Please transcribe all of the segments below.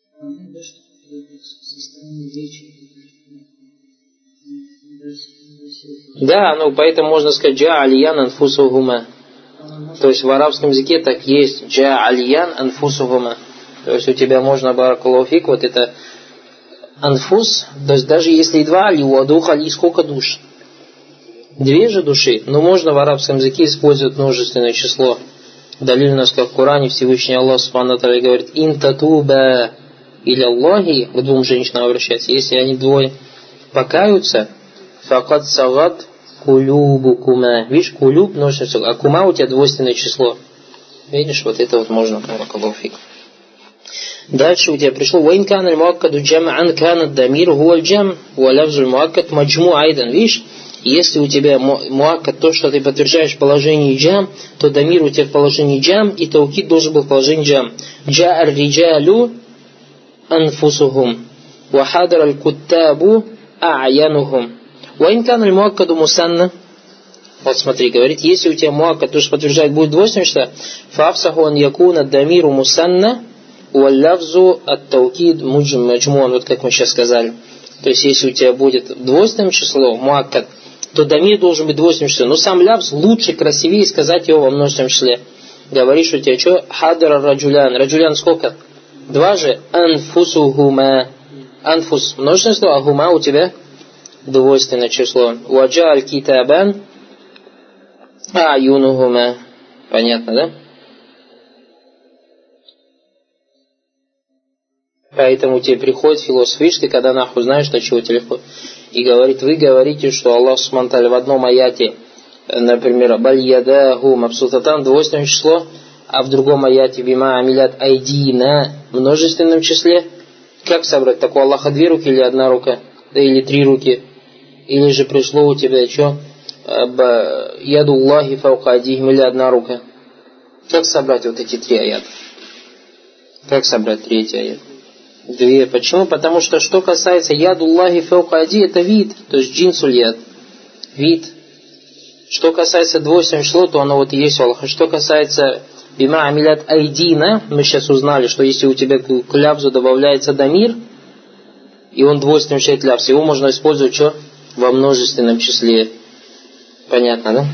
Да, ну поэтому можно сказать джа алиян анфусухума. То есть в арабском языке так есть джа алиян анфусухума. То есть у тебя можно баракаллаху фик, вот это анфус, то есть даже если и два али, у двух али сколько душ? Две же души, но можно в арабском языке использовать множественное число. Далиль у нас, как в Коране, Всевышний Аллах Субхану ва Тааля говорит: «Ин татуба или Аллахи», к двум женщинам обращается, если они двое покаются, факад сагат кулюбукума. Видишь, кулюб множественное число, а кума у тебя двойственное число. Видишь, вот это вот можно, баракаллаху фик. Дальше у тебя пришло «Ваин кан аль-муаккаду джам'ан канат дамир хуа аль-джам ва лафзу аль-муаккад маджму айдан». Видишь, если у тебя муаккад, то, что ты подтверждаешь в положении джам, то дамир у тебя в положении джам, и таукид должен был в положении джам. Джа ар-риджалю анфусухум ва хадар аль-куттабу а'янухум. «Ваин кан аль-муаккаду мусанна». Вот смотри, говорит, если у тебя муаккад, то, что подтверждает, будет двойственное число, фафсаху ан якуна дамиру мусанна уаллавзу ат-таукид маджмуан, вот как мы сейчас сказали. То есть, если у тебя будет двойственное число, муаккад, то дамир должен быть двойственное число. Но сам лавз лучше, красивее сказать его во множественном числе. Говоришь, у тебя что? Хадара раджулян. Раджулян сколько? Два же. Анфусухума. Анфус множественное число, а гума у тебя двойственное число. Ваджа аль-китабан аюнухума. Понятно, да? Поэтому тебе приходит философ, видишь, ты когда нахуй знаешь, до чего тебе легко, и говорит, вы говорите, что Аллах Субхану ва Тааля в одном аяте, например, баль-ядаху мабсутатан, двойственное число, а в другом аяте бима амилят айдина, множественном числе. Как собрать? Так у Аллаха две руки или одна рука? Да или три руки? Или же пришло у тебя что? Ядуллахи фаука адихим, или одна рука? Как собрать вот эти три аята? Как собрать третий аят? Две. Почему? Потому что касается ядуллахи фаука ади, это вид, то есть джинсуль яд. Вид. Что касается двойственного числа, то оно вот и есть у Аллаха. Что касается бима амилят айдина, мы сейчас узнали, что если у тебя к лявзу добавляется дамир, и он двойственный число лявз, его можно использовать что? Во множественном числе. Понятно, да?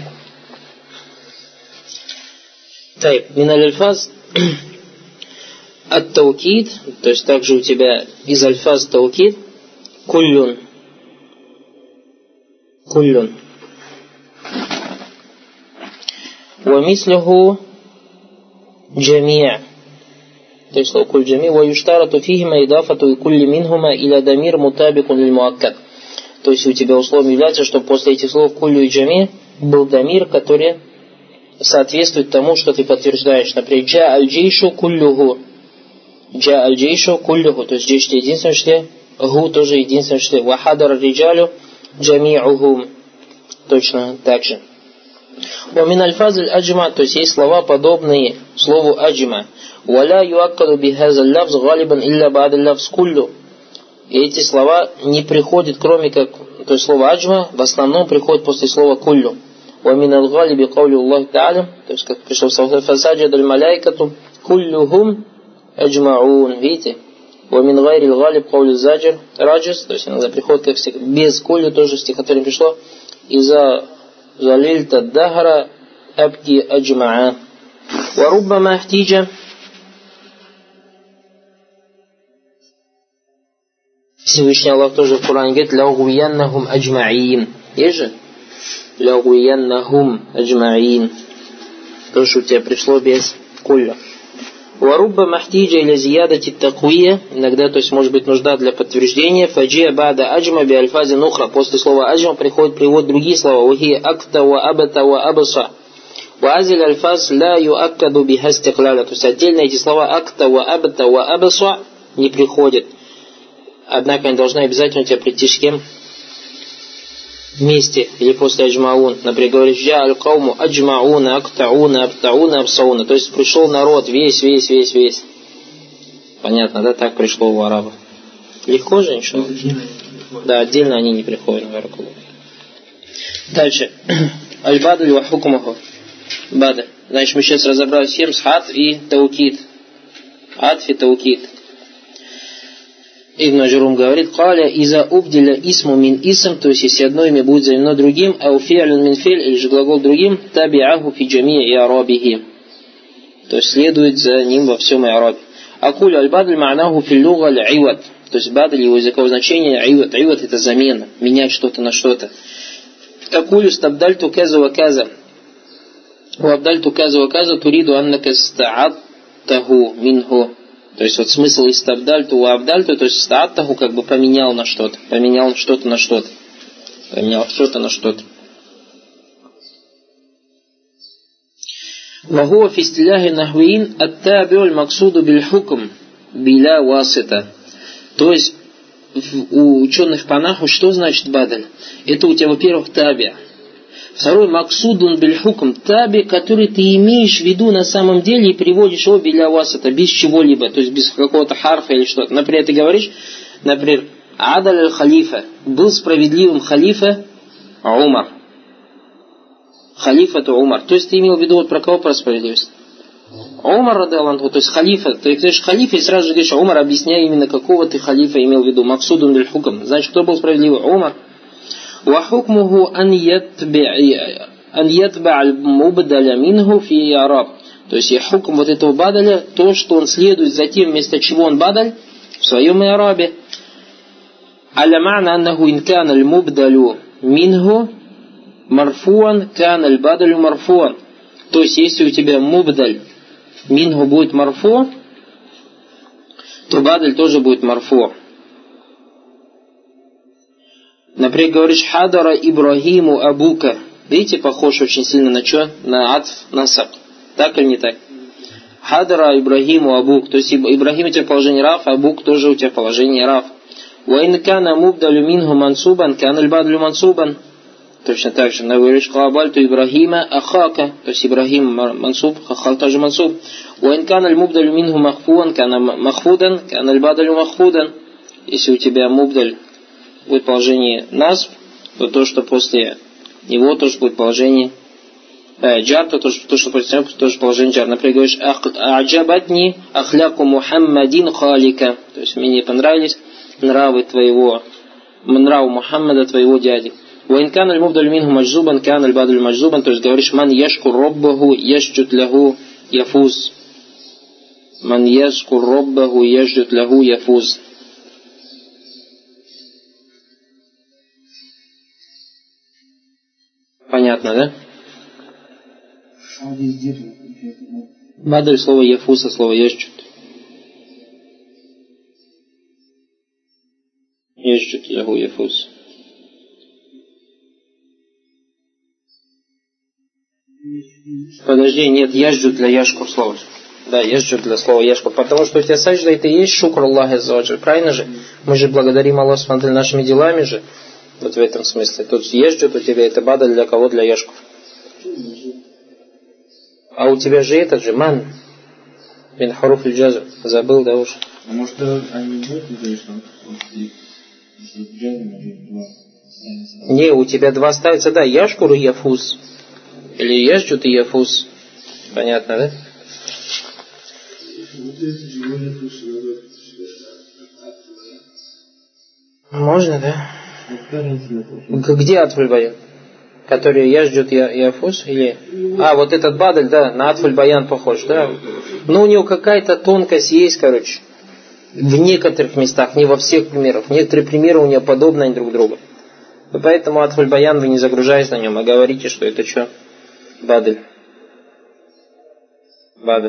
Тайп. Миналь альфаз ат-таукид, то есть также у тебя из альфаз таукид куллюн. Куллюн. ومثله جميع то есть كل جميع ويشترط فيهما إضافة كل منهما إلى ضمير مطابق للمؤكد. То есть у тебя условием является, что после этих слов куллю и джами был дамир, который соответствует тому, что ты подтверждаешь. Например, джа аль-джейшу куллюху. Джа аль-джейшу куллюху. То есть джейш единственное число, гу тоже единственное число. Вахадар риджалю джами'ухум. Точно так же. ومن الفاظ الأجمع, то есть есть слова подобные слову аджма. ولا يؤكد بهذا اللفظ غالبا إلا بعد اللفظ كله. И эти слова не приходят, кроме как, то есть слово аджма в основном приходит после слова куллю. ومن الغالب قول الله تعالى, то есть как пришло в слове فسجد الملائكة كلهم أجمعون. Видите? ومن غير الغالب قول الزاجر раджис, то есть иногда приходит как без куллю, тоже в стихотворении пришло из-за زللت الدهر أبكي أجمعا. وربما احتيج Всевышний Аллах тоже в Коране говорит لَغْوِيَنَّهُمْ أَجْمَعِينَ. Есть же? لَغْوِيَنَّهُمْ أَجْمَعِينَ. Тоже у тебя пришло без кулля. وَرُبَّمَا احْتِيجَ إِلَى زِيَادَةِ التَّقْوِيَةِ. Иногда, то есть может быть нужда для подтверждения. فَجِيَ بَعْدَ أَجْمَ بِأَلْفَازٍ أُخْرَى. После слова аджма приводят другие слова. وَهِيَ أَكْتَ وَأَبَتَ وَأَبْصَ. وَأَزِلَ الْأَلْفَازِ لَا يُؤَكَّدُ بِهَا اسْتِقْلَالًا. То есть отдельно эти слова أَكْتَ وَأَبَتَ وَأَبْصَ не приходят. Однако они должны обязательно у тебя прийти с кем? Вместе или после аджмаун. Например, говоришь, джа аль-кауму аджмауна, актауна, абтауна, абсауна. То есть пришел народ весь. Понятно, да? Так пришло у арабов. Легко же ничего? Да, отдельно они не приходят. Дальше. Аль-баду ва хукмуху. Бада. Значит, мы сейчас разобрали 7 с хатф и таукид. Хатф и таукид. Ибн Аджурум говорит, «Каля иза убдиля исму мин исм», то есть если одно имя будет заменено другим, ау фи'люн мин фи'ль, или же глагол другим, таби'аху фи джамии и'рабихи, то есть следует за ним во всем и'рабе. Акулю аль-бадль ма'наху фи луга аль-ивад, то есть бадль, его языковое значение, ивад. Ивад это замена, менять что-то на что-то. Акулю стабдальту каза ва каза, уабдальту каза ва каза, туриду аннака ста'аттаху минху. То есть вот смысл истабдальту уабдальту, то есть ста'аттаху как бы поменял на что-то, поменял что-то на что-то, поменял что-то на что-то. Вахуа фи истиляхи нахвиин ат-таби'у аль-максуду биль-хукм биля васита. То есть у ученых по наху что значит бадаль? Это у тебя, во-первых, таби. Второй, максудун биль-хукм, таби, который ты имеешь в виду на самом деле и приводишь его биля васита, без чего-либо, то есть без какого-то харфа или что-то. Например, ты говоришь, например, адаль аль-халифа, был справедливым халифа Умар. Халифа то Умар. То есть ты имел в виду вот про кого, про справедливость? Умар радиаллаху, то есть халифа. Ты говоришь халифа и сразу же говоришь Умар, объясняй именно какого ты халифа имел в виду. Максудун биль хукм. Значит, кто был справедливый? Умар. Ва хукмуху ан ятба аль-мубдаля минху фи араб. То есть хукм вот этого бадаля, то, что он следует за тем, вместо чего он бадаль, в своем арабе. Аля ма'на аннаху инкан аль-мубдалю минху марфуан кан аль-бадалю марфуан. То есть, если у тебя мубдаль минху будет марфу, то бадаль тоже будет марфу. Например, говоришь хадара Ибрахиму абука. Видите, похож очень сильно на что? На атф, насаб. Так или не так? Хадара Ибрахиму абук. То есть Ибрахим у тебя положение раф, абук тоже у тебя положение раф. Ва ин кана мубдалю минху мансубан, кан аль-бадлю мансубан. Точно так же. Говоришь калабальту Ибрахима ахака. То есть Ибрахим мансуб, хахал тоже мансуб. Ва ин кана аль-мубдалю минху махфуан, кана махфудан, кан аль-бадлю махфудан. Если у тебя мубдаль будет положение насб, то что после него тоже будет положение джар, то что после него тоже положение джар. Например, говоришь аджабатни ахляку Мухаммадин халика. То есть мне понравились нравы твоего, нравы Мухаммада, твоего дяди. وإن كان المبدل منه مجذوبا كان البادل مجذوبا. То есть говоришь من يشكر ربه يسجد له يفوز. من يشكر ربه يسجد له يفوز. Понятно, да? Бадаль слово яфуса, слово яшчут. Яшчут ляху яфуз. Подожди, нет, яшджут для яшкур слова. Да, яшджут для слова яшкур. Потому что у тебя саджда это и есть шукр Аллах аззаваджаль. Правильно же? Мы же благодарим Аллах смотрели нашими делами же. Вот в этом смысле. Тут яшджут у тебя это бада для кого? Для яшкур. А у тебя же этот же ман. Мин харуф аль-джазм. Забыл, да уж. А может они не будут говорить, что не, у тебя два ставятся, да, яшкур и яфуз. Или яшджут и яфуз. Понятно, да? Можно, да? Где Атфуль-Баян? Который яшджут и яфуз? Или... А, вот этот бадаль, да, на Атфуль-Баян похож, да? Но у него какая-то тонкость есть, короче. В некоторых местах, не во всех примерах. Некоторые примеры у него подобны они друг другу. И поэтому Атфуль-Баян вы не загружаете на нем, а говорите, что это что? Бадаль. Бадаль.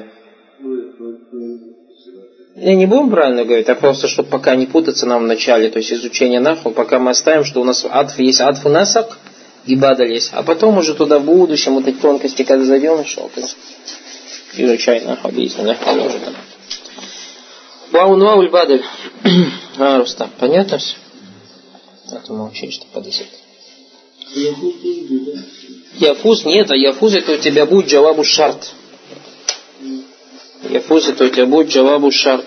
Я не будем правильно говорить, а просто, чтобы пока не путаться нам в начале, то есть изучение наху, пока мы оставим, что у нас атф есть атфу насак и бадаль есть, а потом уже туда в будущем вот эти тонкости, когда зайдем, что изучай наху, объясню, наху уже там. Ваунвауль бадаль. Рустам, понятно все? А то молчишь, что подойдет. Яфуз нет, а яфуз это у тебя будет джавабу шарт. Яфуз это у тебя будет джавабу шарт.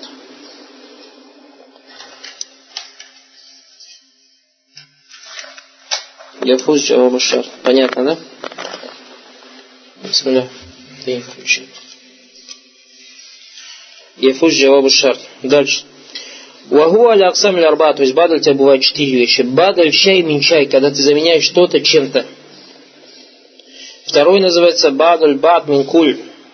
Яфуз джавабу шарт. Понятно, да? Бисмилля. Ты включи. Яфуз джавабу шарт. Дальше. Вагу аля аксам лярба, то есть бадаль у тебя бывает 4 вещи. Бадаль чай мин чай, когда ты заменяешь что-то чем-то. Второй называется бадаль бад мин куль.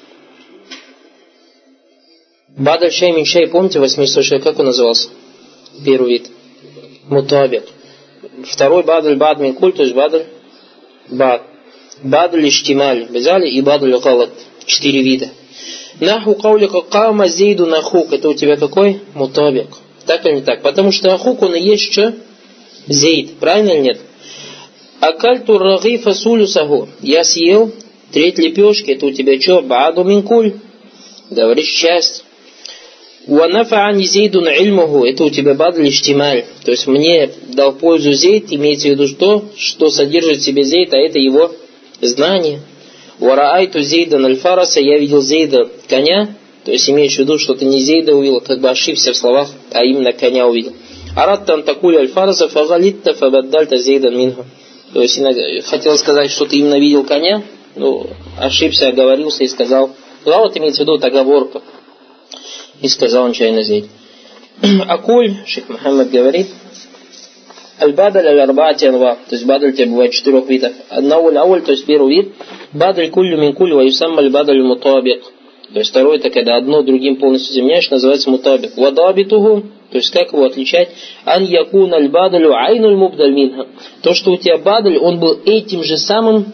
Бадаль чай мин чай, помните, 8-источник, как он назывался? Первый вид. Мутабик. Второй бадаль бад мин куль, то есть бадаль бад. Бадаль иштималь, взяли, и бадаль галат. 4 вида. Наху каулика кама зейду нахук. Это у тебя какой? Мутабик. Так или не так? Потому что ахук, он и есть что? Зейд. Правильно или нет? Акальту рагифа сулюсаху. Я съел треть лепешки. Это у тебя что? Бааду минкуль. Говоришь часть. Уанафаани зейдун ильмуху. Это у тебя бадаль иштималь. То есть мне дал пользу зейд. Имеется в виду что содержит в себе зейд, а это его знание. Вараайту зейдан аль-фараса. Я видел зейда коня. То есть имеешь в виду, что ты не зейда увидел, как бы ошибся в словах, а именно коня увидел. Аратта такую аль-фараса фагалитта фабаддальта зейдан минху. То есть хотел сказать, что ты именно видел коня, но ошибся, оговорился и сказал. Да, вот имеется в виду оговорка. И сказал нечаянно зейд. Акуль, шейх Мухаммад говорит, аль-бадаль аль-арбаати анва. То есть бадаль у тебя бывает 4 видов. Науль, то есть первый вид. Бадаль куллю мин куллю ва юсамма аль-бадаль мутабик. То есть второй, это когда одно другим полностью заменяешь, называется мутабик. Вадабитугу, то есть как его отличать? Ан якун аль-бадалю айнуль мубдаль минха. То, что у тебя бадаль, он был этим же самым,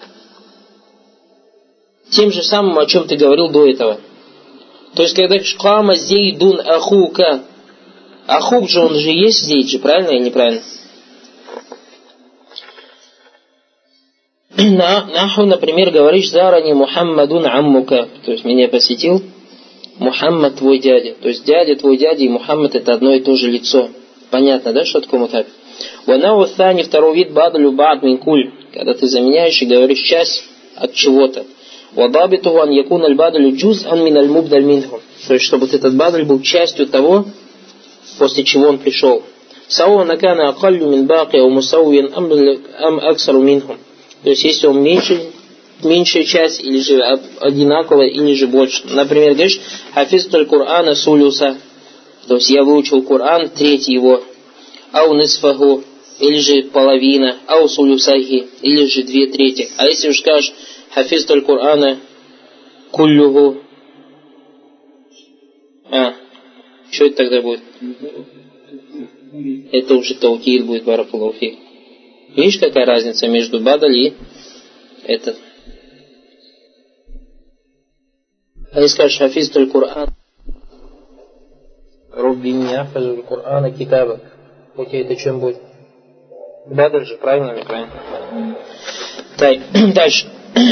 тем же самым, о чем ты говорил до этого. То есть когда кама зейдун ахука, ахук же, он же есть зейд же, правильно или неправильно? Наху, например, говоришь зарани Мухаммадун аммука, то есть меня посетил Мухаммад твой дядя. То есть дядя твой дядя и Мухаммад это одно и то же лицо. Понятно, да, что такое мутабик? Ванау thani, второй вид бадалю бад мин куль, когда ты заменяешь и говоришь часть от чего-то. Вадабиту ван якун аль бадалю джуз'ан мин аль мубдаль минху. То есть чтобы этот бадаль был частью того, после чего он пришел. Сауа накана акаллю мин баки ау мусауин ам аксару минхум. То есть, если он меньшая часть, или же одинаковая, или же больше. Например, говоришь, хафизту аль-Кур'ана сулюса. То есть, я выучил Кур'ан, треть его. Ау нисфаху, или же половина. Ау сулюсахи, или же 2/3. А если уж скажешь, хафизту аль-Кур'ана куллюху. Что это тогда будет? Это уже таукид будет, баракаллаху фик. Видишь, какая разница между бадаль и этот? А если скажешь хафизту аль-Кур'ан, рубби меня хафизу аль-Кур'ана китаба, у тебя это чем будет? Бадаль же, правильно или неправильно? Так, дальше.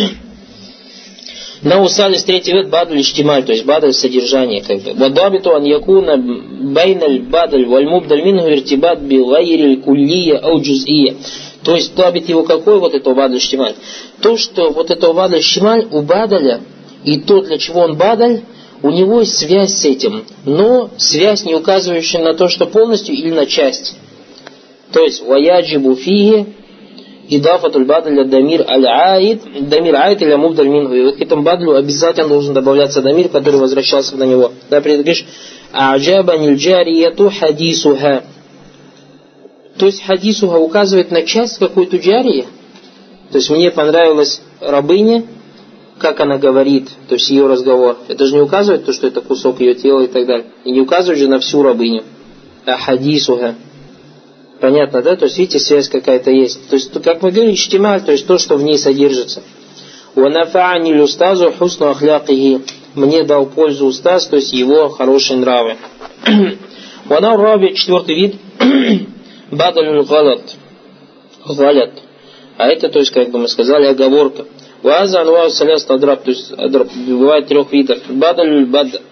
На усалис третий вид бадаль иштималь, то есть бадаль содержание, как бы. Вадабиту ан якуна байналь бадаль валь мубдаль минху иртибат би гайриль куллия ау джуз'ия. То есть табит его какой, вот это бадаль иштималь? То, что вот это бадаль иштималь у бадаля, и то, для чего он бадаль, у него есть связь с этим, но связь не указывающая на то, что полностью или на часть. То есть ваяджибу фиги идафатуль бадаль дамир аль-аид, дамир аид или мубдаль минху. И к этому бадлю обязательно должен добавляться дамир, который возвращался на него. Например, ты говоришь аджаба нильджарияту хадисуха. То есть хадисуха указывает на часть какой-то джарии. То есть мне понравилась рабыня, как она говорит, то есть ее разговор. Это же не указывает то, что это кусок ее тела и так далее. И не указывает же на всю рабыню. А хадисуха. Понятно, да? То есть, видите, связь какая-то есть. То есть, как мы говорили, иштималь, то есть то, что в ней содержится. وَنَفَعَنِي الْأُسْتَازُ حُسْنُ أَخْلَاقِهِ. Мне дал пользу устаз, то есть его хорошие нравы. وَنَوْ رَابِعْ, четвертый вид. Бадалюль галат. Галят. А это, то есть, как бы мы сказали, оговорка. Ваза анвау саляст адраб. То есть, бывает 3 видов. Бадалюль бада.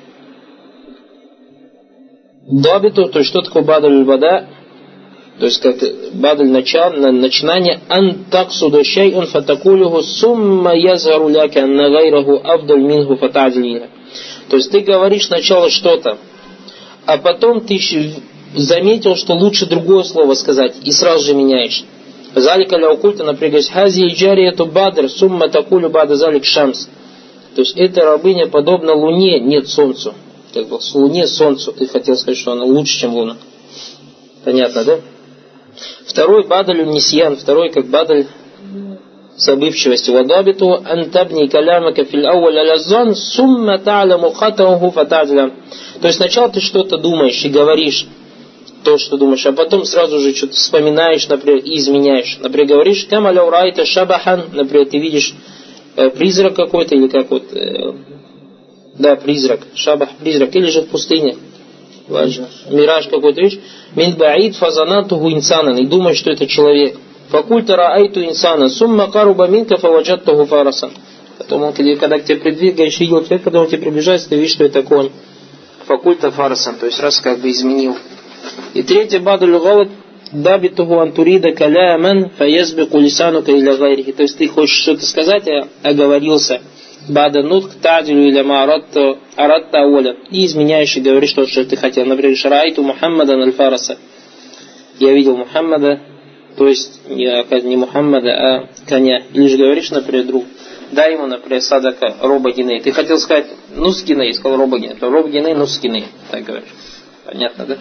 Дабиту, то есть, что такое бадалюль бада? То есть, как бадаль начинание. Ан таксуда шай'ун фатакулюху сумма язгару ляка анна гайраху авдаль минху фата'длиха. То есть, ты говоришь сначала что-то, а потом ты заметил, что лучше другое слово сказать, и сразу же меняешь. Залика ляукульта, например, хази джарияту бадр, сумма такулю бада залик шамс. То есть, эта рабыня подобна луне, нет солнцу. Как бы с Луне, Солнцу. Ты хотел сказать, что она лучше, чем Луна. Понятно, да? Второй бадаль нисьян. Второй как бадаль забывчивости. Вадабиту антабни калямака фил ауаль алязан сумма та'ламу хатаху фата'длям. То есть сначала ты что-то думаешь и говоришь то, что думаешь, а потом сразу же что-то вспоминаешь, например, и изменяешь. Например, говоришь, кама лау райта шабахан, например, ты видишь призрак какой-то, или как вот, да, призрак, шабах, призрак, или же в пустыне, мираж какой-то, видишь, мин баид фазанатуху инсанан, и думаешь, что это человек. Факульта раайту инсана, сумма каруба минка фаваджаттаху фарасан. Потом он, когда к тебе придвигаешь, видел человек, когда он к тебе приближается, ты видишь, что это конь. Факульта фарасан, то есть раз как бы изменил. И третье, бадуль галат дабитуху антурида каляман фаязбику лисанука иля гайрихи. То есть ты хочешь что-то сказать, а оговорился. Бада нутк тадилю иля мааратта ауля. И изменяешь и говоришь то, что ты хотел. Например, шарайту Мухаммадан аль-Фараса. Я видел Мухаммада, то есть не Мухаммада, а коня. Или же говоришь, например, друг, дай ему, например, садака роба гиней. Ты хотел сказать нускиней, сказал роба гиней. То роба гиней нускиней. Так говоришь. Понятно, да?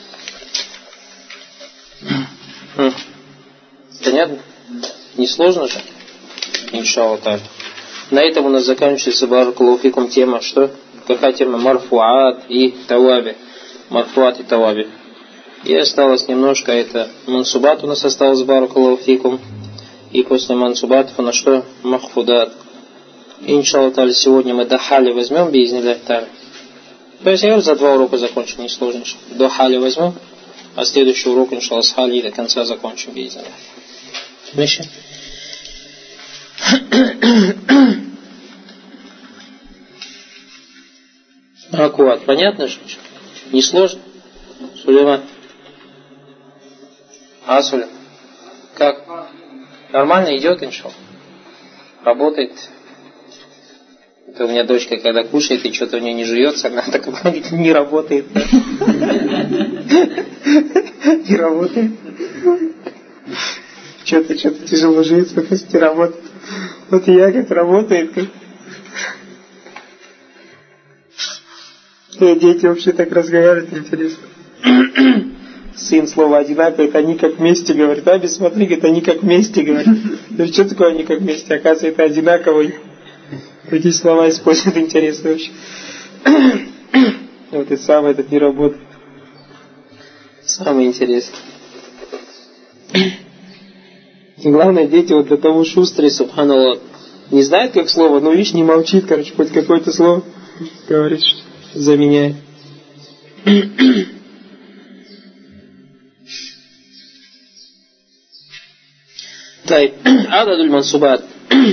Понятно? Не сложно же? Иншаллах так. На этом у нас заканчивается баракаллаху фикум тема, что? Какая тема? Марфуат и таваби. Марфуат и таваби. И осталось немножко, это мансубат у нас осталось баракаллаху фикум. И после мансубатов у нас что? Махфудат. Иншаллах та'аля, сегодня мы до хали возьмем, биизниллях та'аля. То есть я за 2 урока закончим, не сложно. До хали возьмем. А следующий урок, иншаллах, с хали до конца закончим, биизниллях. Миши? Аккуат, понятно же? Не сложно? Сулейман? А, Сулейман? Как? Нормально идет, иншаллах? Работает? Это у меня дочка, когда кушает, и что-то у нее не жуется, она так говорит, не работает. Не работает. Что-то тяжело жуется, не работает. Вот и я как работает. Дети вообще так разговаривают, интересно. Сын слово одинаковое, это они как вместе говорят. Аби, смотри, говорит, они как вместе говорят. Да что такое они как вместе? Оказывается, это одинаковые. Какие слова используют, интересно вообще. Вот и сам этот не работает. Самое интересное. И главное, дети вот до того шустрые, субханаллах, не знают как слово, но видишь, не молчит, короче, хоть какое-то слово говорит, что заменяет. طيب عدد المنصوبات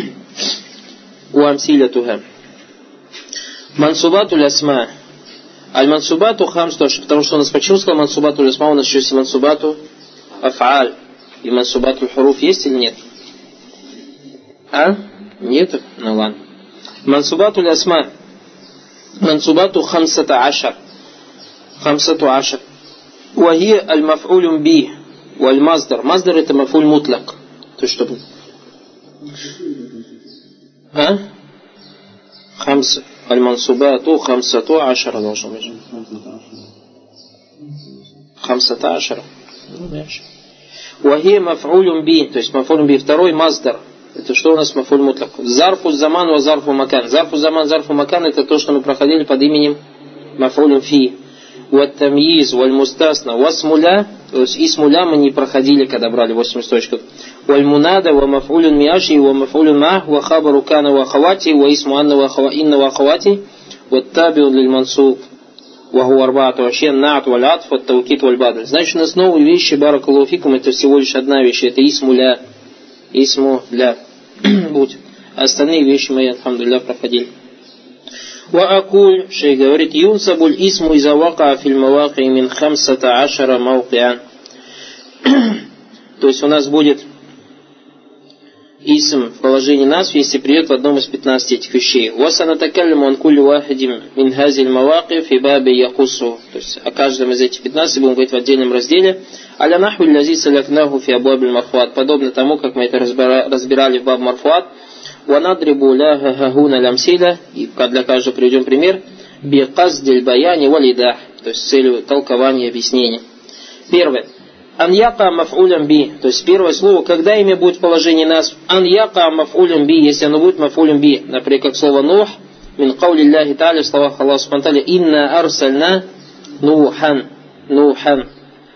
وأمثلتها. منصوبات الأسماء. المنصوبات 5, потому что у нас почему сказал мансубату الأسماء, у нас еще есть мансубату аф'аль и мансубату хуруф есть или нет? А? Нет? Ну ладно. Мансубату الأسماء. منصوبات 15 وهي المفعول به والمصدر. مصدر это مفعول مطلق. То есть чтобы... А? 5. المنصوبات 15 должно быть. 15. وهي مفعول به. То есть مفعول به. Второй маздар. Это что у нас мафуль мутлак? Зарфу заман ва зарфу макан. Зарфу заман, зарфу макан это то, что мы проходили под именем мафуль фи. Вот тамйиз, валь мустасна, васмуля. То есть исмуля мы не проходили, когда брали 8 строчек. Валь мунада, ва мафулюн миаши, ва мафулюн мах, ва хабару кана ва хавати, ва исму анна ва инна ва хавати, ва табиун лиль мансуб, ва гу арбаату ашьян наат валь атф, ва таукит валь бадль. Значит, у нас новые вещи, баракаллаху фикум, это всего лишь одна вещь, это исмуля. Исму ля будет. Остальные вещи мы, алхамдулилля, проходили. Ва акуль, шейх говорит, юнсабуль исму иза вака фил маваки мин 15 мавкиан. То есть у нас будет исм в положении нас, если придет в одном из 15 этих вещей. Васанатакаллиму ан кулли вахидим мин хазиль маваки фи баби якусу. То есть о каждом из этих 15 будем говорить в отдельном разделе. Аля нахвиль лази салякнаху фи абуабиль марфуат. Подобно тому, как мы это разбирали в баб марфуат. Ванадрибу ля хахуна лямсиля. И для каждого приведем пример. биқаздиль баяни валидах, то есть с целью толкования и объяснения. Первое. Ан яка маф'улям би, то есть первое слово, когда имя будет в положении нас, ан яка маф'улям би, если оно будет маф'улям би, например, как слово нух, мин каули Аллахи та'аля, в словах Аллаха субхану ва тааля, инна арсальна нухан, нухан.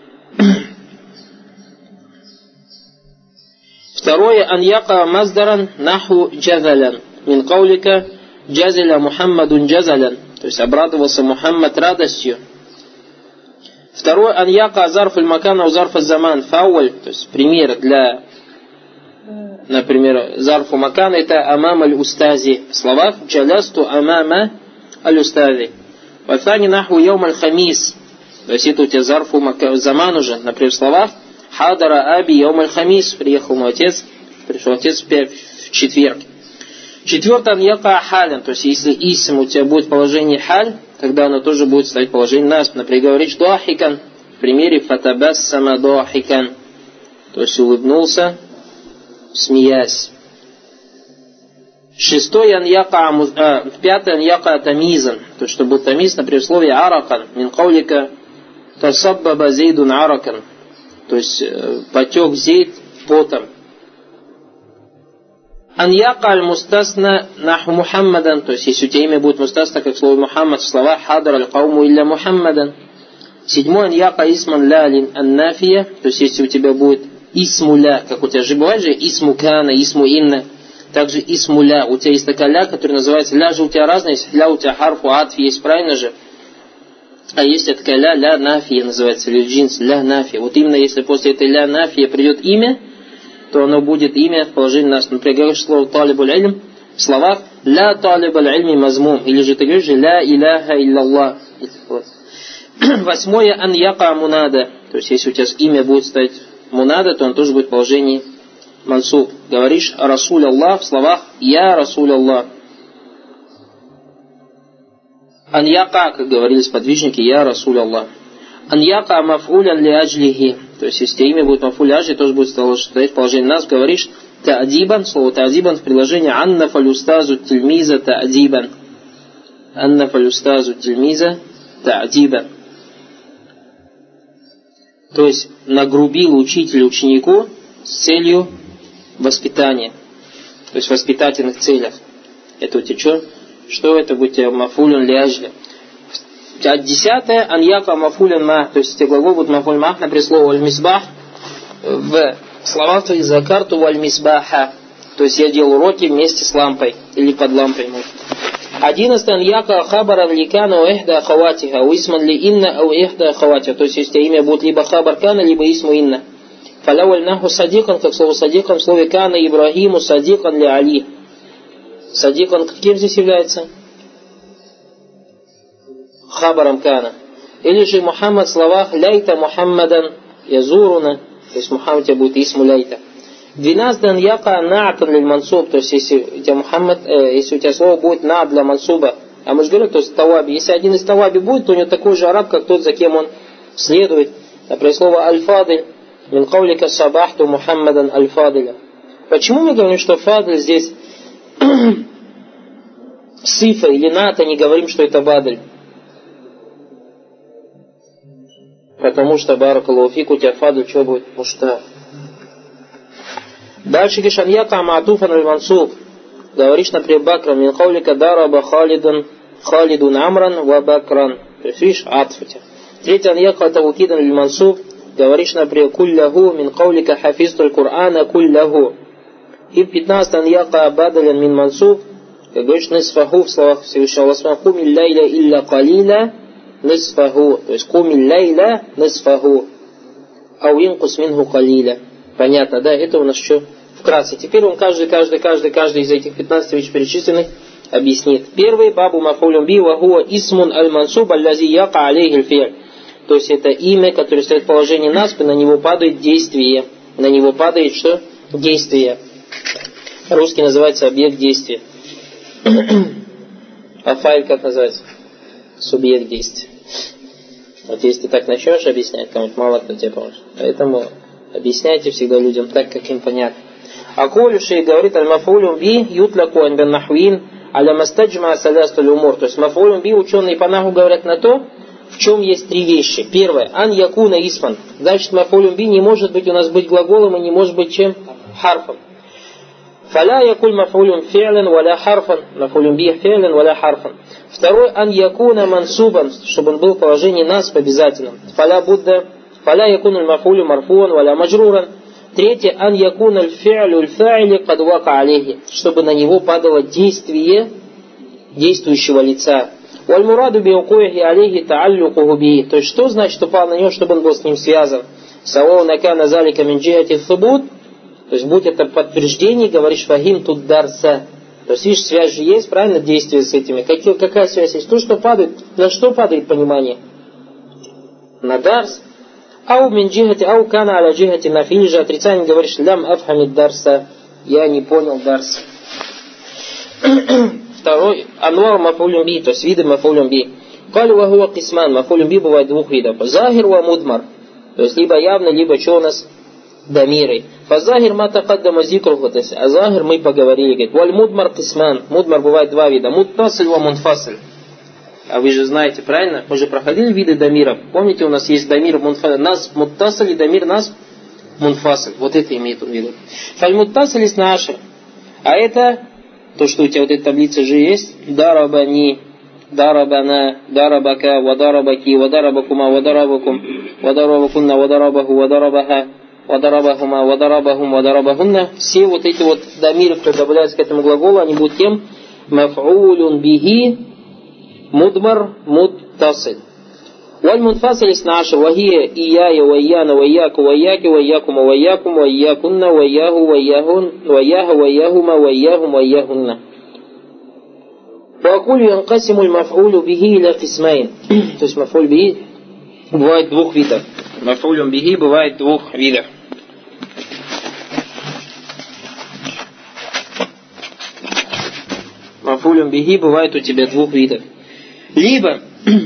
Второе, ан яка маздаран наху джазалян, мин каулика джазаля Мухаммадун джазалян, то есть обрадовался Мухаммад радостью. Второе, ан яка зарф аль-макана у зарф аль-заман фауаль, то есть пример для, например, зарфу макана это амам аль-устази, в словах джалясту амама аль-устази. Ватани наху яум аль-хамис, то есть это у тебя зарфу заман уже, например, в словах хадара аби яум аль-хамис, приехал мой отец, пришел отец в четверг. Четвертое, ан яка халян, то есть если исм у тебя будет в положении халь, тогда оно тоже будет стоять в положении нас. Например, говоришь дахикан, в примере фатабассама дахикан, то есть улыбнулся, смеясь. Шестое, пятое, ан яка тамизан, то есть что будет тамиз, например, в слове аракан, мин каулика тасаббаба зейдун аракан, то есть потек зейд потом. Ан яка аль-мустасна наху Мухаммадан, то есть если у тебя имя будет мустасна, как слово Мухаммад, в словах хадар аль-кауму илля Мухаммадан. Седьмой, ан яка исман ля ан-нафия, то есть если у тебя будет исму ля, как у тебя же бывает же исму кана, исму инна, также исму ля, у тебя есть такая ля, которая называется, ля же у тебя разная, есть ля у тебя харфу атфи, есть правильно же, а есть такая ля нафия называется, или джинс, ля нафия. Вот именно если после этой ля нафия придет имя, то оно будет имя в положении нас. Например, говоришь слово талибуль ильм в словах ля талибуль ильми мазмум, или же ты говоришь ля иляха илляллах. Восьмое, ан яка мунада, то есть если у тебя имя будет стоять мунада, то он тоже будет в положении мансуб. Говоришь расуль Аллах в словах я расуль Аллах. Ан яка, как говорили сподвижники, я расуль Аллах. Ан яка маф'улян ли аджлихи, то есть если имя будет маф'уль аджли, тоже будет стоять в положении нас. Говоришь та'адибан, слово та'адибан в предложении анна фалюстазу тильмиза та'адибан. Анна фалюстазу тильмиза та'адибан. То есть нагрубил учитель ученику с целью воспитания, то есть в воспитательных целях. Это у тебя что? Что это будет маф'улюн ли аджли? Десятое, ан яка маф'улюн ма, то есть глагол будет маф'уль ма, например, слово аль-мисбах в словах твоих закарту валь-мисбаха, то есть я делал уроки вместе с лампой или под лампой. 11. Ан яка хабаран ли кана у эхда ахаватиха, у исман ли инна у эхда ахаватиха, то есть если имя будет либо хабар кана, либо исму инна. Фаляваль наху садикан, как слово садикан, в слове кана Ибрахиму садикан ли Али. Садикан каким здесь является? Хабаром кана. Или же Мухаммад в словах ляйта Мухаммадан язуруна, то есть Мухаммад у тебя будет исму ляйта. 12. Ан яка на'атан лиль мансуб, то есть если у тебя Мухаммад, если у тебя слово будет на для мансуба, а мы же говорим, то есть таваби, если один из таваби будет, то у него такой же араб, как тот, за кем он следует. Например, слово аль-фадиль, мин каулика сабахту Мухаммадан аль-фадиля. Почему мы говорим, что фадиль здесь сифа или ната, не говорим, что это бадль? Потому что баракаллаху фик, у тебя фадиль что будет? Муштах. Дальше говоришь, ан яка ма'туфан аль-мансуб. Говоришь, например, бакран, мин каулика дараба халидун амран ва бакран. То есть, видишь, атф у тебя. 3. Ан яка таукидан аль-мансуб. Говоришь, например, кулляху мин каулика хафизту аль-Кур'ана кулляху. И 15. Ан яка бадалян мин мансуб. Говоришь, нисфаху в словах Всевышнего Аллаха. Кумиль лайля илля калиля нисфаху. То есть, кумиль лайля нисфаху. Ау инкус минху калиля. Понятно, да? Это у нас что? Вкратце. Теперь он каждый из этих 15 вышеперечисленных объяснит. Первый, бабу мафулюм би ва хуа исмун аль-мансуб аллази яка алейхи аль-фи'ль. То есть это имя, которое стоит в положении насби, на него падает действие. На него падает что? Действие. Русский называется объект действия. А файль как называется? Субъект действия. Вот если ты так начнешь объяснять, кому-то мало кто тебе поможет. Поэтому объясняйте всегда людям так, как им понятно. А колюши говорит аль-мафулюм би ютлаку ан бен нахвин аля мастаджма салястуль умур. То есть мафулюн би ученые по наху говорят на то, в чем есть три вещи. Первое, ан якуна исман. Значит, мафулюн би не может быть у нас быть глаголом и не может быть чем? Харфом. Фаля якуль мафулюн фи'лян валя харфан. Мафулюн би фи'лян валя харфан. Второй, ан якуна мансубан, чтобы он был в положении насб обязательно. Фаля якуна мафулю марфуан валя маджруран. Третье, ан якуна аль-фи'лю аль-фа'или кад вака алейхи, чтобы на него падало действие действующего лица. Валь-мураду биукуихи алейхи тааллюкуху би. То есть, что значит упал на него, чтобы он был с ним связан? Савау накана залика мин джихати thубут. То есть, будь это подтверждение, говоришь фахим тут дарса. То есть, видишь, связь же есть, правильно, действие с этими. Какая связь есть? То, что падает, на что падает понимание? На дарс. Ау мин джихати, ау кана аля джихати нафи. Или же отрицание говоришь лям афхамид дарса. Я не понял дарс. Второй, анвар мафулюн би, то есть виды мафулюн би. Калю ва хуа кисман, мафулюн би бывает двух видов. Захир ва мудмар. То есть либо явно, либо что у нас? Дамирой. Фазахир ма такаддама зикруху, то есть, а захир мы поговорили, говорит, валь мудмар кисман. Мудмар бывает два вида. Муттасиль ва мунфасиль. А вы же знаете, правильно? Мы же проходили виды дамиров. Помните, у нас есть дамир нас муттасиль и дамир нас мунфасиль. Вот это имеет в виду. Фаль муттасиль исна ашр. А это то, что у тебя вот эта таблица же есть. Дарабани, дарабана, дарабака, вадарабаки, вадарабакума, вадарабакум, вадарабакунна, вадарабаху, вадарабаха, вадарабахума, вадарабахум, вадарабахунна. Все вот эти вот дамиры, которые добавляются к этому глаголу, они будут тем маф'улюн бихи мудмар муттасиль. والمنفصل 12 وهي إياي وإيانا وإياك وإياك وإياكم وإياكم وإياكن وإياه وإياهن وإياه وإياهما وإياهم وإياهن. وأقول ينقسم المفعول به إلى قسمين. То есть маф'уль бихи бывает двух видов. Маф'уль бихи бывает двух видов. Маф'уль бихи бывает у тебя двух видов. Либо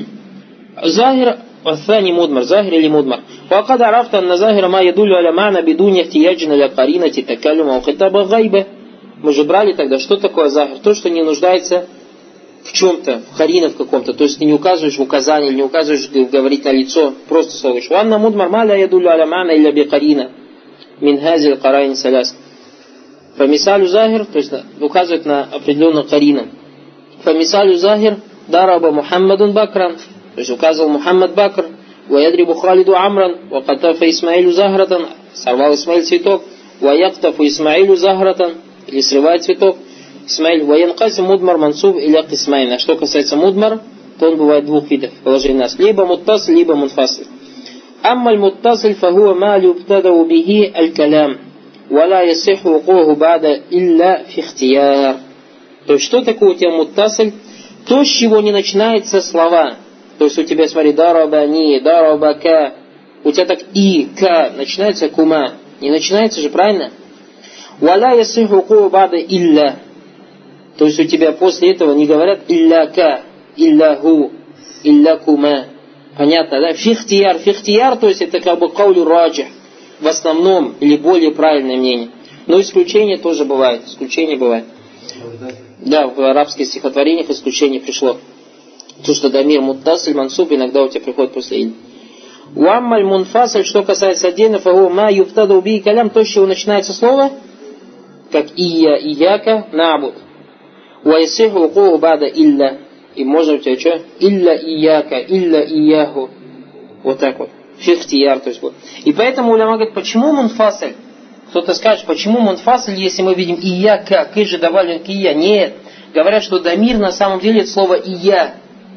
захир والثاني مضمر ظاهر или مضمر وقد عرفت أن ظاهر ما يدل على معنى بدون احتياج إلى قرينة تكلم أو خطاب غيبة. Мы же брали тогда, что такое захир? То, что не нуждается в чем-то, в харина в каком-то. То есть ты не указываешь в указании, или не указываешь говорить на лицо, просто словишь. وأن مضمر ما لا يدل على معنى إلا بقرينة من هذه القرائن ثلاث. فمثال захир, то есть указывает на определенную карину. فمثال захир дараба Мухаммадун бакран. То есть указывал Мухаммад Бакр, وَيَدْرِبُ خَالِدُ عَمْرًا وَقَتَفَ إِسْمَعِيلُ زَهْرَةً, сорвал Исмаиль цветок, وَيَقْتَفُ إِسْمَعِيلُ زَهْرَةً, или срывает цветок, Исмаиль, وَيَنْقَسِمْ мудмар мансуб иля قِسْمَيْنَ. А что касается мудмар, то он бывает двух видов положения нас, либо муттасиль, либо мунфасиль. أما المتصل فهو ما يبتدأ به الكلام ولا يصح وقوعه بعد إلا في اختيار. То есть что такое у тебя муттасиль? То, с чего не начинается слова. То есть у тебя, смотри, дарабани, дарабака. У тебя так и, ка, начинается кума. Не начинается же, правильно? Валя ясиху ку бада илля. То есть у тебя после этого не говорят илля ка, илля ху, илля кума. Понятно, да? Фихтияр. Фихтияр, то есть это как бы каулю раджих. В основном, или более правильное мнение. Но исключения тоже бывает. Исключения бывает. Да, в арабских стихотворениях исключение пришло. То, что дамир муттасиль мансуб иногда у тебя приходит после иль. Уаммаль мунфасиль, что касается отдельно, фагу ма юфтаду уби калям, то, с чего начинается слово, как ия, ияка, набуд. Уайсиху укуху бада илля. И можно у тебя что? Илля ияка, илля ияху. Вот так вот. Фихтияр, то есть вот. И поэтому уляма говорит, почему мунфасиль? Кто-то скажет, почему мунфасиль, если мы видим ияка, к же добавлен к ия? Нет. Говорят, что дамир на самом деле это слово ия.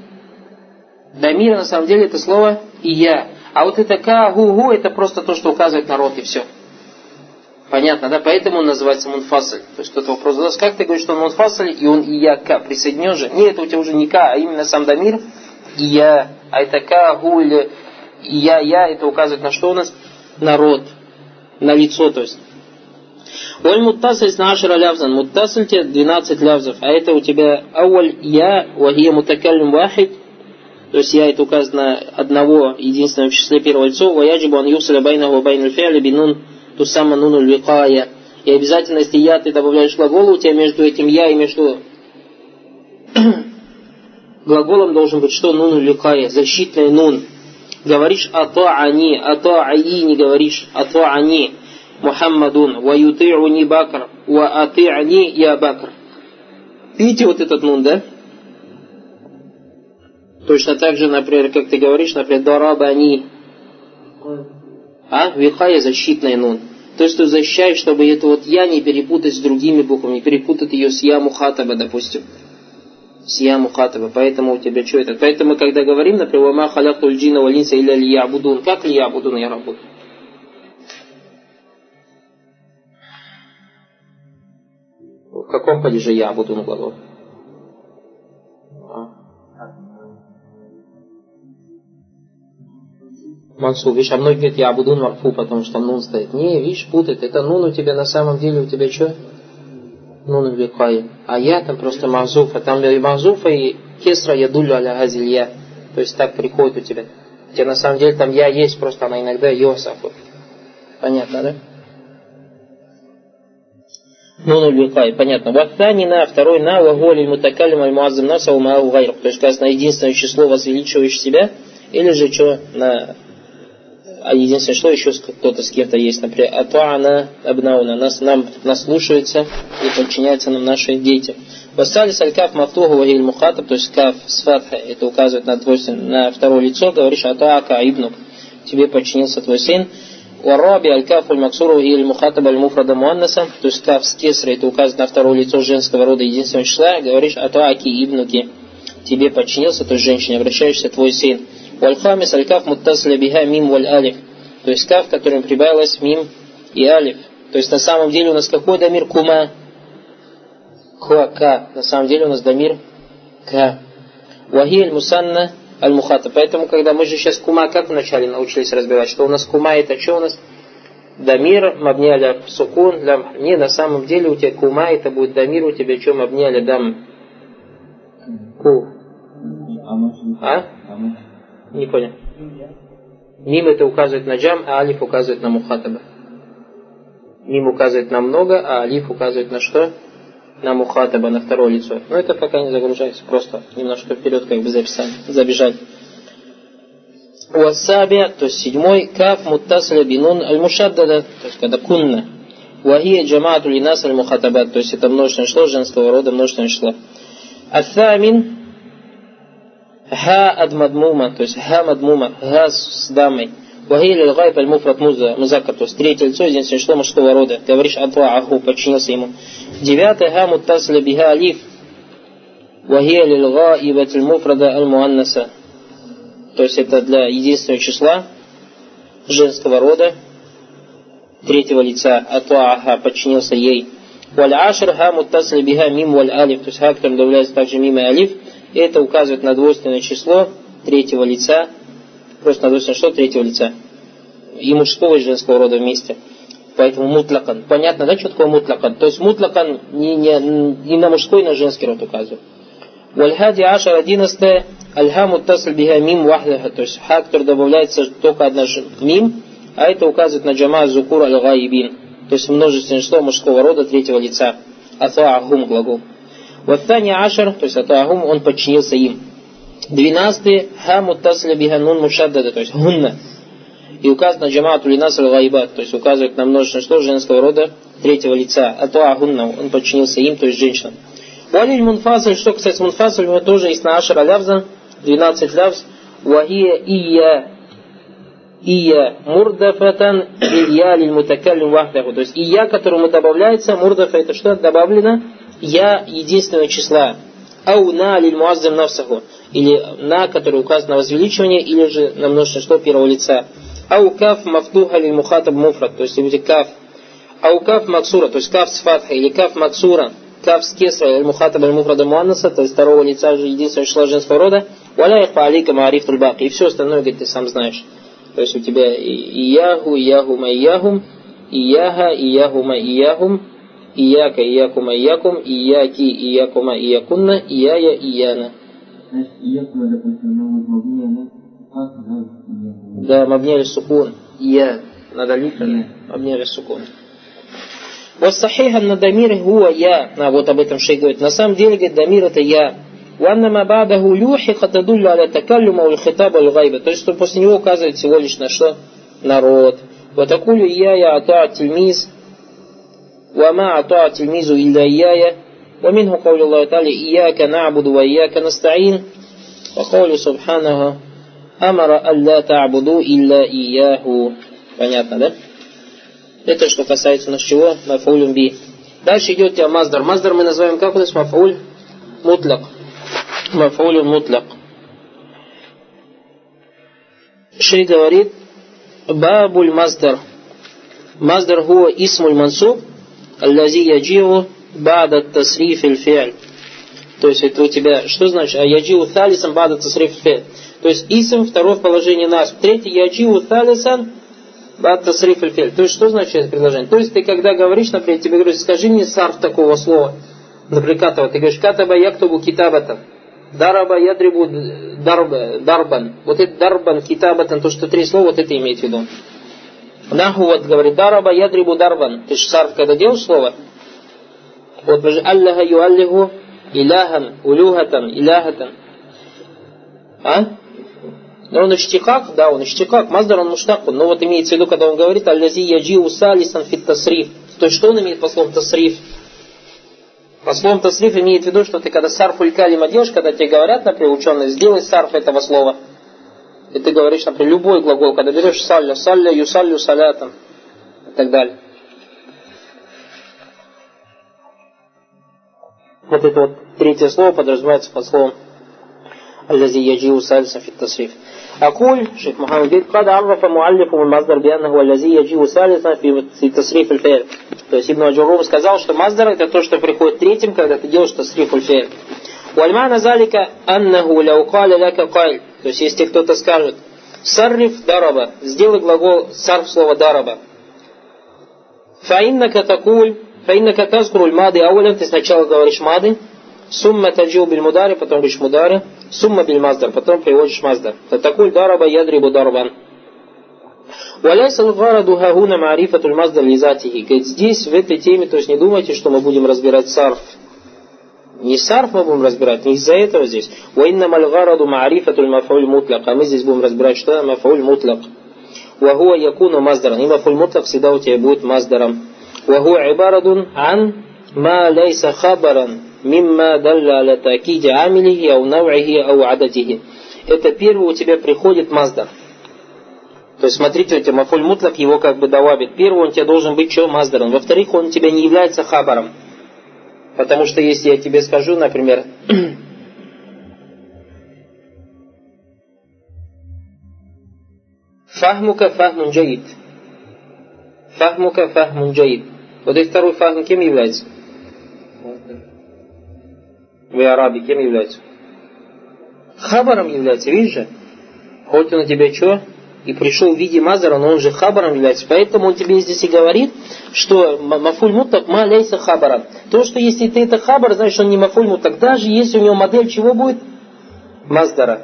Дамир на самом деле это слово ия. А вот это ка-гу-гу это просто то, что указывает на род и все. Понятно, да? Поэтому он называется мунфасиль. То есть кто-то вопрос задаст, как ты говоришь, что он мунфасиль и он ия ка присоединен же? Нет, это у тебя уже не ка, а именно сам дамир ия. А это ка-гу или ия-я, это указывает на что у нас? На род. На лицо, то есть. Воль муттасиль снашира лявзан. Муттасиль тебе 12 лявзов. А это у тебя ауаль я, вахия мутакаллим вахид. То есть я это указано одного единственного в числе первого лица. Ваяджибу ан юсаля байнаху байнуль фи'ли бинун тусамма нунуль викая. И обязательно, если я ты добавляешь глаголу, у тебя между этим я и между глаголом должен быть что? Нун ликая, защитный нун. Говоришь ата'ани, ата'и, не говоришь ата'ани Мухаммадун, ва юти'уни Бакр, ва ати'ани я Бакр. Видите вот этот нун, да? Точно так же, например, как ты говоришь, например, дарабани. Викая, защитный нун. То есть ты защищаешь, чтобы это вот я не перепутать с другими буквами, не перепутать ее с я мухатаба, допустим. С я мухатаба. Поэтому у тебя что это? Поэтому, когда говорим, например, «Ва ма халяктуль джинна валь инса илля лиябудун». Как лиябудун я работаю? В каком падеже ябудун глагол? Мансуб. Видишь, а многие говорят, я абудун марфу, потому что нун стоит. Не, видишь, путает. Это нун у тебя на самом деле, у тебя что? Нун викая. А я там просто мазуф. А там и мазуф, и кесра ядулю аля газилья. То есть так приходит у тебя. У тебя на самом деле там я есть, просто она иногда йосафу. Понятно, да? Нун викая. Понятно. Ваттани на, второй на, вагуали мутакалим аль муаззим наса умау гайр. То есть сказано единственное число, возвеличивающее себя, или же что на... А единственное, что еще кто-то с кем-то есть, например, атуана абнауна, нас слушаются и подчиняются нам наши дети. Вассали салькаф мафтуху вагиль мухатаб, то есть каф с фатха, это указывает на второе лицо, говоришь атуака ибнук, тебе подчинился твой сын. Уараби алькаф аль максуру вагиль мухатаб аль муфрада муаннаса, то есть каф с кесра, это указывает на второе лицо женского рода единственного числа, говоришь атуаки ибнуки, тебе подчинился, то есть женщине, обращаешься твой сын. Вальхамис аль-каф муттасля биха мим валь алиф. То есть каф, которым прибавилось мим и алиф. То есть на самом деле у нас какой дамир? Кума. Ка. На самом деле у нас дамир ка. Вахи аль-мусанна аль-мухата. Поэтому, когда мы же сейчас кума как вначале научились разбирать, что у нас кума это что у нас? Дамир, мабни аля сукун. Не, на самом деле у тебя кума это будет дамир, у тебя что мабни аля дам? Ку. Не понял. Мим это указывает на джам, а алиф указывает на мухатаба. Мим указывает на много, а алиф указывает на что? На мухатаба, на второе лицо. Но это пока не загружается, просто немножко вперед как бы забежали. Уассаби, то есть седьмой, каф муттасля бинун аль-мушаддада, то есть когда кунна. Вахия джамаату линас аль-мухатабат, то есть это множественное число женского рода, множественное число. Ассамин ха адмадмума, то есть ха мадмума, ха с дамой. Вахили лгайб аль-муфрат музаккар, то есть третье лицо, единственное число мужского рода. Говоришь атвааху, подчинился ему. Девятое ха муттасля биха алиф. Вахили лгайбат аль-муфрада аль-муаннаса. То есть это для единственного числа женского рода, третьего лица. Атвааха, подчинился ей. Валь ашр ха муттасля биха мим валь алиф, то есть ха, которым добавляется также мим и алиф. И это указывает на двойственное число третьего лица, просто на двойственное число третьего лица. И мужского, и женского рода вместе. Поэтому мутлакан. Понятно, да, что такое мутлакан? То есть мутлакан не на мужской, и на женский род указывает. Вальхади ашар 11 альха муттасль биха мим вахляха. То есть ха, который добавляется только одна мим, а это указывает на джама зукур аль-гайбин. То есть множественное число мужского рода третьего лица. Атаахум глагол. Ваттани ашар, то есть атаахум, он подчинился им. 12 ха муттасля биха нун мушаддада, то есть гунна. И указывает на джамаату линас аль-гайбат, то есть указывает на множественное число женского рода третьего лица. Атаахунна, он подчинился им, то есть женщинам. Валиль мунфасаль, что касается мунфасаль, у него тоже есть на ашара лявза, 12 лявз. Вахия ия мурдафатан илья лиль мутакаллим вахдаху. То есть ия, которому добавляется, мурдафа это что? Добавлено я единственного числа. Ау на лиль муаззим навсаху. Или на, который указан на возвеличивание, или же на множественное число первого лица. Ау каф мафтуха лиль мухатаб муфрат. То есть будет каф. Ау каф максура, то есть каф с фатхой, или каф максура. Каф с кесра, или мухатаб аль муфрада муаннаса, то есть второго лица же единственного числа женского рода. Валя их паалика маариф тульбаки. И все остальное, говорит, ты сам знаешь. То есть у тебя ияху, ияхума, ияхум, ияха, ияхума, ияхум, ияка, иякума, иякум, ияки, иякума, иякунна, ияя, ияна. Иякума, допустим, да, мабни сукун. Ия. Надо лифа. Мабни сукун. Вот сахихан на дамир гуа я. Вот об этом шейх говорит. На самом деле, говорит, дамир это я. وأنما بعده لوحق تدل على تكلم أو الخطاب أو الغيبة. То есть, что после него указывает всего лишь на что? Народ. وتقول إياي أطاع التلميذ وما أطاع التلميذ إلا إياي. ومنه قول الله تعالى إياك نعبد وإياك نستعين. وقول سبحانه أمر ألا تعبدوا إلا إياه. Понятно, да? Это что касается у нас чего? Мафулюм би. Дальше идет у тебя маздар. Маздар мы называем как у нас? Мафуль мутляк. Мафулюм мутляк. Шейх говорит бабуль маздар. Маздар хуа исмуль мансуб аллази яджиу бада тасриф иль-фи'ль. То есть это у тебя, что значит? А яджиу талисам бада тасриф иль-фи'ль. То есть исм, второй в положении нас. Третий яджиу талисам бада тасриф иль-фи'ль. То есть что значит это предложение? То есть ты когда говоришь, например, тебе говорят, скажи мне сарф такого слова. Например, катаба. Ты говоришь, катаба яктубу китабатан. Дараба ядрибу дарбан. Вот это дарбан, китабатан, то, что три слова, вот это имеет в виду. Наху вот говорит, дараба ядрибу дарбан. Ты же сарф, когда делаешь слово, вот аллаха юаллиху иляхан, улюхатан, иляхатан. А? Но он иштикак, да, он иштикак, маздар он муштакун. Но вот имеется в виду, когда он говорит, аллази яджиу салисан фит тасриф. То есть, что он имеет по словам тасриф? По словам тасриф имеет в виду, что ты когда сарфуль калима делаешь, когда тебе говорят, например, ученые, сделай сарф этого слова. И ты говоришь, например, любой глагол, когда берешь салля, салля, юсаллю, салятан и так далее. Вот это вот третье слово подразумевается под словом аллази яджиу салисан фит тасриф. أقول شيخ محمد говорит قد عرف مؤلف المصدر بأنه الذي يجيء ثالثا في تصريف الفعل. То есть Ибн Аджуррум сказал, что маздар это то, что приходит третьим, когда ты делаешь тасриф аль-фи'ль. والمعنى ذلك أنه لو قال لك قائل. То есть если кто-то скажет сарриф дараба, сделай глагол сарф слова дараба. فإنك تقول فإنك تذكر الماضي أولا, ты сначала говоришь мады. Сумма таджиу биль мудари, потом говоришь мудари. Сумма биль маздар, потом приводишь маздар. Татакуль дараба ядрибу дарбан. Валяйса л-гараду хагуна маарифатуль маздар лизатихи. Здесь, в этой теме, то есть не думайте, что мы будем разбирать сарф. Не сарф мы будем разбирать, не из-за этого здесь. Ваиннама л-гараду маарифатуль мафауль мутляк. А мы здесь будем разбирать, что это мафауль мутляк. Вахуа якуна маздаран. И мафауль мутляк всегда у тебя будет маздаром. Вахуа ибарадун ан ма лейса хабаран. Мимма далля аля такиди амилихи ау нав'ихи ау ададихи. Это первый у тебя приходит маздар. То есть смотрите, у тебя мафуль мутлак его как бы давабит. Первый он тебе должен быть что? Маздаром. Во-вторых, он у тебя не является хабаром. Потому что если я тебе скажу, например, фахмука фахмун джаид. Фахмука фахмун джаид. Вот и второй фахм кем является? В арабе кем является? Хабаром является, видишь же? Хоть он у тебя что? И пришел в виде мазара, но он же хабаром является. Поэтому он тебе здесь и говорит, что мафуль мутлак ма ляйса хабаром. То, что если ты это хабар, значит он не мафуль мутлак. Даже если у него модель чего будет? Маздара.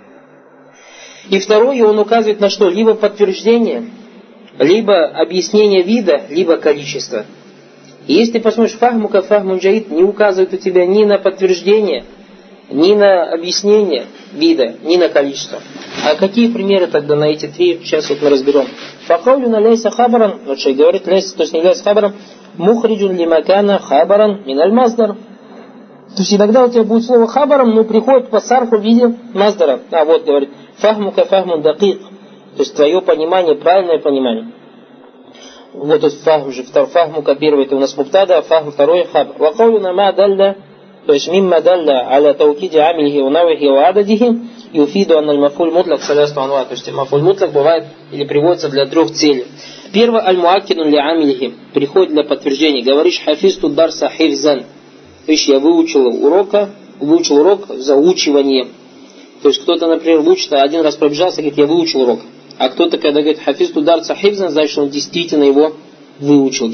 И второе, он указывает на что? Либо подтверждение, либо объяснение вида, либо количество. И если ты посмотришь, фахмука фахмун джаид не указывает у тебя ни на подтверждение, ни на объяснение вида, ни на количество. А какие примеры тогда на эти три? Сейчас вот мы разберем. Факаулю на лейса хабаран, вот шейх говорит, лейса, то есть не является хабаром, мухриджун лимакана хабаран миналь маздар. То есть иногда у тебя будет слово хабаром, но приходит по сарфу в виде маздара. А вот говорит, фахмука фахмун дакик. То есть твое понимание, правильное понимание. Вот тут фахм же, фахмука первый это у нас муптада, а фахм второй хабар. Вакаулюна ма далля, то есть мимма далля аля таукиди амилихи у навихи у ададихи, юфиду анналь мафуль мутлак салясту анва. То есть мафуль мутлак бывает или приводится для трех целей. Первое, аль-муаккину ли амилихи, приходит для подтверждения. Говоришь хафизту дарса хифзан. То есть я выучил урок заучиванием. То есть кто-то, например, учит, а один раз пробежался, говорит, я выучил урок. А кто-то, когда говорит хафизту дарса хифзан, значит, он действительно его выучил.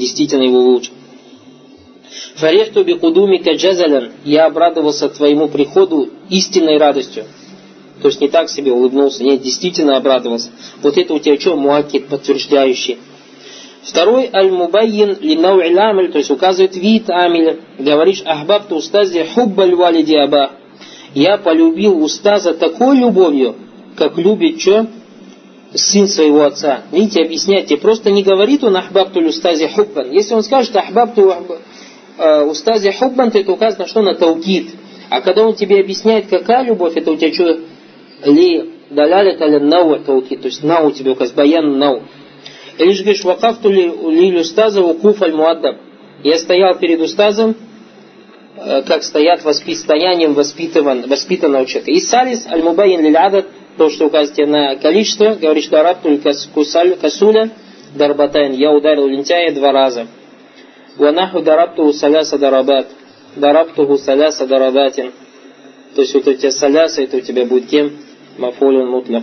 Фарехту би кудумика джазалян, я обрадовался твоему приходу истинной радостью. То есть не так себе улыбнулся, нет, действительно обрадовался. Вот это у тебя что? Муакид, подтверждающий. Второй, аль-мубайин линау'иль амиль, то есть указывает вид амиля. Говоришь, ахбабту устази хуббаль валиди аба. я полюбил устаза такой любовью, как любит что? Сын своего отца. Видите, объясняйте. Просто не говорит он ахбабтуль устази хуббан. Если он скажет ахбабту устази хуббан, то это указано, что на таукид. А когда он тебе объясняет, какая любовь, это у тебя что? Ли далялят аля нау таукид. То есть нау тебе указывает, баян нау. Или же говоришь, вакафту ли устаза укуф аль муаддаб. Я стоял перед устазом, как стоят состоянием воспитанного человека. И салис аль-мубайин лиль-адад, то, что указываете на количество, говоришь, дарабтуль касуля дарбатайн, я ударил лентяя 2 раза. Ванаху дарабтуху саляса дарабат, дарабтуху саляса дарабатин. То есть вот у тебя саляса, это у тебя будет кем? Мафулюн мутлак.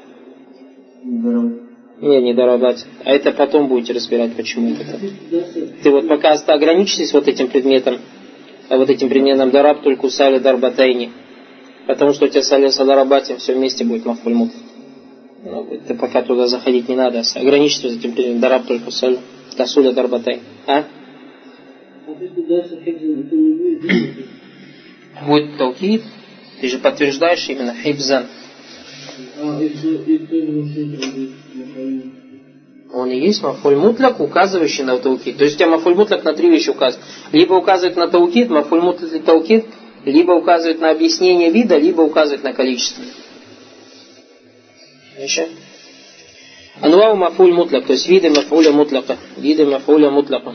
Не дарабат. А это потом будете разбирать, почему это. Ты вот пока ограничитесь вот этим предметом, вот этим предметом дарабтуль кусали дарбатайни. Потому что у тебя саляса дарабатин, все вместе будет мафуль мутлак. Ты пока туда заходить не надо. Ограничься этим предметом дарабтуль кусали касуля дарбатайни. А? Будет таукид. Ты же подтверждаешь именно хибзан. Он и есть мафуль мутлак, указывающий на таукид. То есть у тебя мафуль мутлак на 3 вещи указывает. Либо указывает на таукид, мафуль мутлак и таукид, либо указывает на объяснение вида, либо указывает на количество. Еще? Анвау мафуль мутлак, то есть виды мафуля мутляка. Виды мафуля мутляка.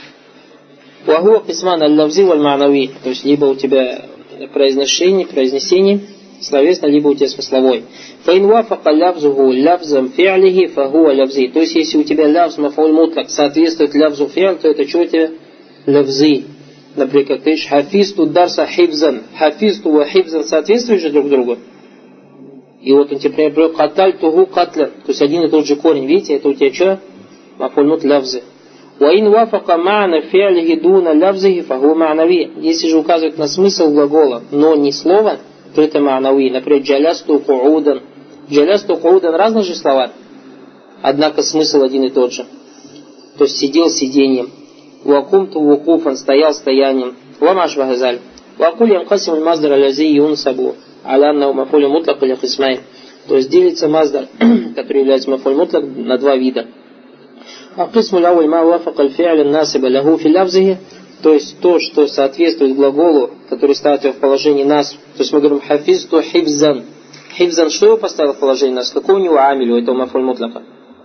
Вахуа кисман аль-лавзи валь-ма'нави. То есть либо у тебя произнесение словесно, либо у тебя смысловой. Фаин вафака лавзуху лавзам фи'лихи фахуа лавзи. То есть если у тебя лавз мафуль мутлак соответствует лавзу фи'л, то это что у тебя? Лавзи. Например, как ты говоришь, хафизту дарса хибзан. Хафизту ва хибзан соответствуют же друг другу. И вот он тебе например, катальтуху катлян. То есть один и тот же корень. Видите, это у тебя что? Мафуль мут лавзы. وَإِنْ وَافَقَ مَعْنَ فِعْلِهِ دُونَ لَفْزِهِ فَهُوَ مَعْنَوِي. Если же указывает на смысл глагола, но не слово, то это ма'навий. Например, джалясту куудан. Джалясту куудан разные же слова, однако смысл один и тот же. То есть сидел сидением. Вакумту вукуфан, стоял стоянием. Вамаш вахазаль. Вакуль ямкасим аль-маздар алязи юнсабу алянна мафулю мутлак или хисмайн. То есть делится маздар, который является мафуль мутлак, на 2 вида. Акисму лауэль ма вафак аль-фи'аль насиба лаху фи лавзихи. То есть то, что соответствует глаголу, который ставит его в положении нас. То есть мы говорим хафизту хибзан. Хибзан, что его поставил в положение нас? Какой у него амиль, у этого мафуль мутляка?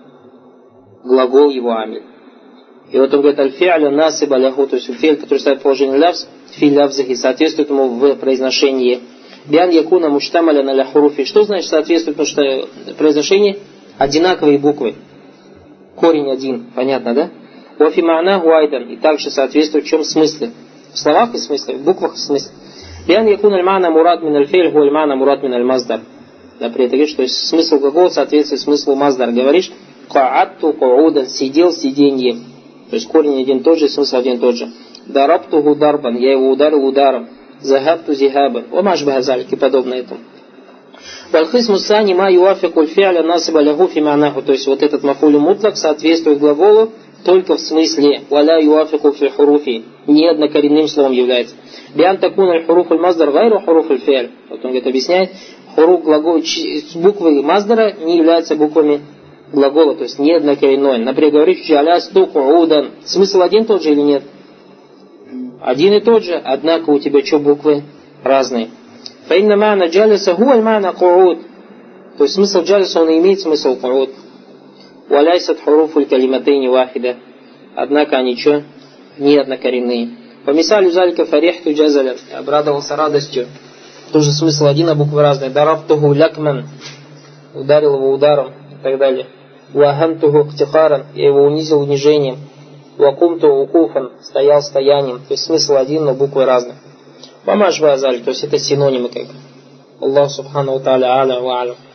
Глагол его амиль. И вот он говорит аль-фи'аль насиба лаху, то есть фи'аль, который ставит в положение лавз, фи лавзихи, соответствует ему в произношении. Биан якуна муштамаля на ляхуруфи. Что значит соответствует, потому что произношение одинаковые буквы. Корень один, понятно, да? Уафи ма'наху айдан. И также соответствует в чем смысле? В словах и смысле, в буквах и смысле. Биан якун аль-мана мурад мин аль-фейль, ху аль-мана мурад мин аль-маздар. Например, ты говоришь, что смысл глагола соответствует смыслу маздар. Говоришь, ка'атту каудан, сидел сиденьем. То есть корень один и тот же, смысл один и тот же. Дарабтуху дарбан, я его ударил ударом. Захабту зихабан. Омаш бахазалик и подобное этому. Вальхисму сани ма юафикуль фи'аля насиба лягу фи ма'наху. То есть вот этот мафулю мутлак соответствует глаголу только в смысле валя юафику фи хуруфи. Не однокоренным словом является. Биан такун аль-хуруф аль-маздар гайру хуруф аль-фи'аль. Вот он говорит, объясняет, хуруф глагол, буквы маздара не являются буквами глагола, то есть не однокоренной. Например, говоришь джалясту куудан. Смысл один тот же или нет? Один и тот же, однако у тебя что буквы разные. Фаинна ма'на джалиса хуа аль-ма'на кууд. То есть смысл джалиса, он имеет смысл кууд. Валяйсат хуруфу аль-калиматейни вахида. Однако они что? Не однокоренные. По мисалю залька фарихту джазаля. Обрадовался радостью. Тоже смысл один, а буквы разные. Дарабтуху лякман. Ударил его ударом и так далее. Вахантуху ктихаран. Я его унизил унижением. Вакумту укуфан. Стоял стоянием. То есть смысл один, но буквы разные. Вамаш вазаль. То есть это синонимы как бы. Аллах субхану ва тааля а'ля ва а'лям.